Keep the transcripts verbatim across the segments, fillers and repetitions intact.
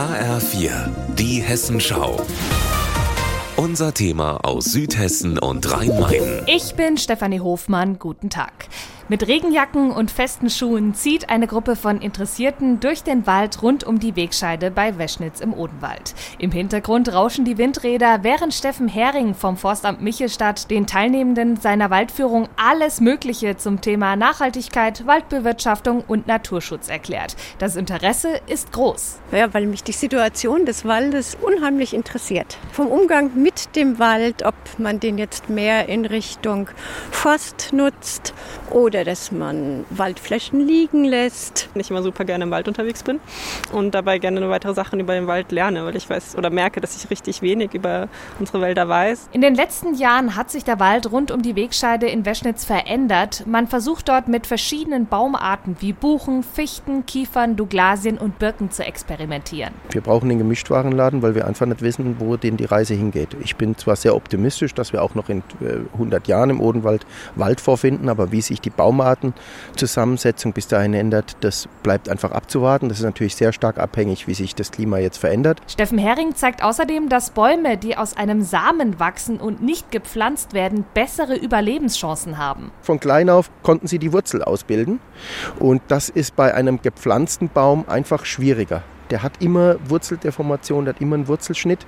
H R vier, die Hessenschau. Unser Thema aus Südhessen und Rhein-Main. Ich bin Stefanie Hofmann, guten Tag. Mit Regenjacken und festen Schuhen zieht eine Gruppe von Interessierten durch den Wald rund um die Wegscheide bei Weschnitz im Odenwald. Im Hintergrund rauschen die Windräder, während Steffen Hering vom Forstamt Michelstadt den Teilnehmenden seiner Waldführung alles Mögliche zum Thema Nachhaltigkeit, Waldbewirtschaftung und Naturschutz erklärt. Das Interesse ist groß. Ja, weil mich die Situation des Waldes unheimlich interessiert. Vom Umgang mit dem Wald, ob man den jetzt mehr in Richtung Forst nutzt oder dass man Waldflächen liegen lässt. Ich immer super gerne im Wald unterwegs bin und dabei gerne noch weitere Sachen über den Wald lerne, weil ich weiß oder merke, dass ich richtig wenig über unsere Wälder weiß. In den letzten Jahren hat sich der Wald rund um die Wegscheide in Weschnitz verändert. Man versucht dort mit verschiedenen Baumarten wie Buchen, Fichten, Kiefern, Douglasien und Birken zu experimentieren. Wir brauchen den Gemischtwarenladen, weil wir einfach nicht wissen, wo denn die Reise hingeht. Ich bin zwar sehr optimistisch, dass wir auch noch in hundert Jahren im Odenwald Wald vorfinden, aber wie sich die Baumartenzusammensetzung bis dahin ändert, das bleibt einfach abzuwarten. Das ist natürlich sehr stark abhängig, wie sich das Klima jetzt verändert. Steffen Hering zeigt außerdem, dass Bäume, die aus einem Samen wachsen und nicht gepflanzt werden, bessere Überlebenschancen haben. Von klein auf konnten sie die Wurzel ausbilden und das ist bei einem gepflanzten Baum einfach schwieriger. Der hat immer Wurzeldeformation, der hat immer einen Wurzelschnitt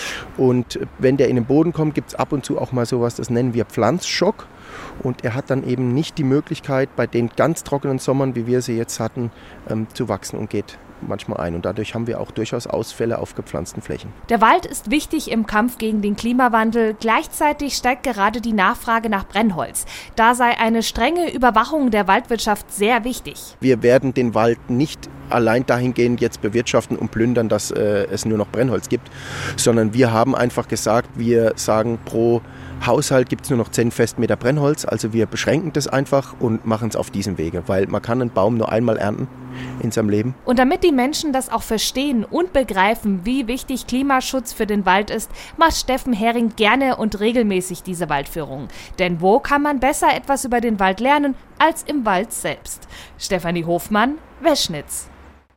und wenn der in den Boden kommt, gibt es ab und zu auch mal sowas, das nennen wir Pflanzschock. Und er hat dann eben nicht die Möglichkeit, bei den ganz trockenen Sommern, wie wir sie jetzt hatten, ähm, zu wachsen und geht manchmal ein. Und dadurch haben wir auch durchaus Ausfälle auf gepflanzten Flächen. Der Wald ist wichtig im Kampf gegen den Klimawandel. Gleichzeitig steigt gerade die Nachfrage nach Brennholz. Da sei eine strenge Überwachung der Waldwirtschaft sehr wichtig. Wir werden den Wald nicht allein dahingehend jetzt bewirtschaften und plündern, dass äh, es nur noch Brennholz gibt, sondern wir haben einfach gesagt, wir sagen pro Haushalt gibt es nur noch zehn Festmeter Brennholz, also wir beschränken das einfach und machen es auf diesem Wege, weil man kann einen Baum nur einmal ernten in seinem Leben. Und damit die Menschen das auch verstehen und begreifen, wie wichtig Klimaschutz für den Wald ist, macht Steffen Hering gerne und regelmäßig diese Waldführung. Denn wo kann man besser etwas über den Wald lernen als im Wald selbst? Stefanie Hofmann, Weschnitz.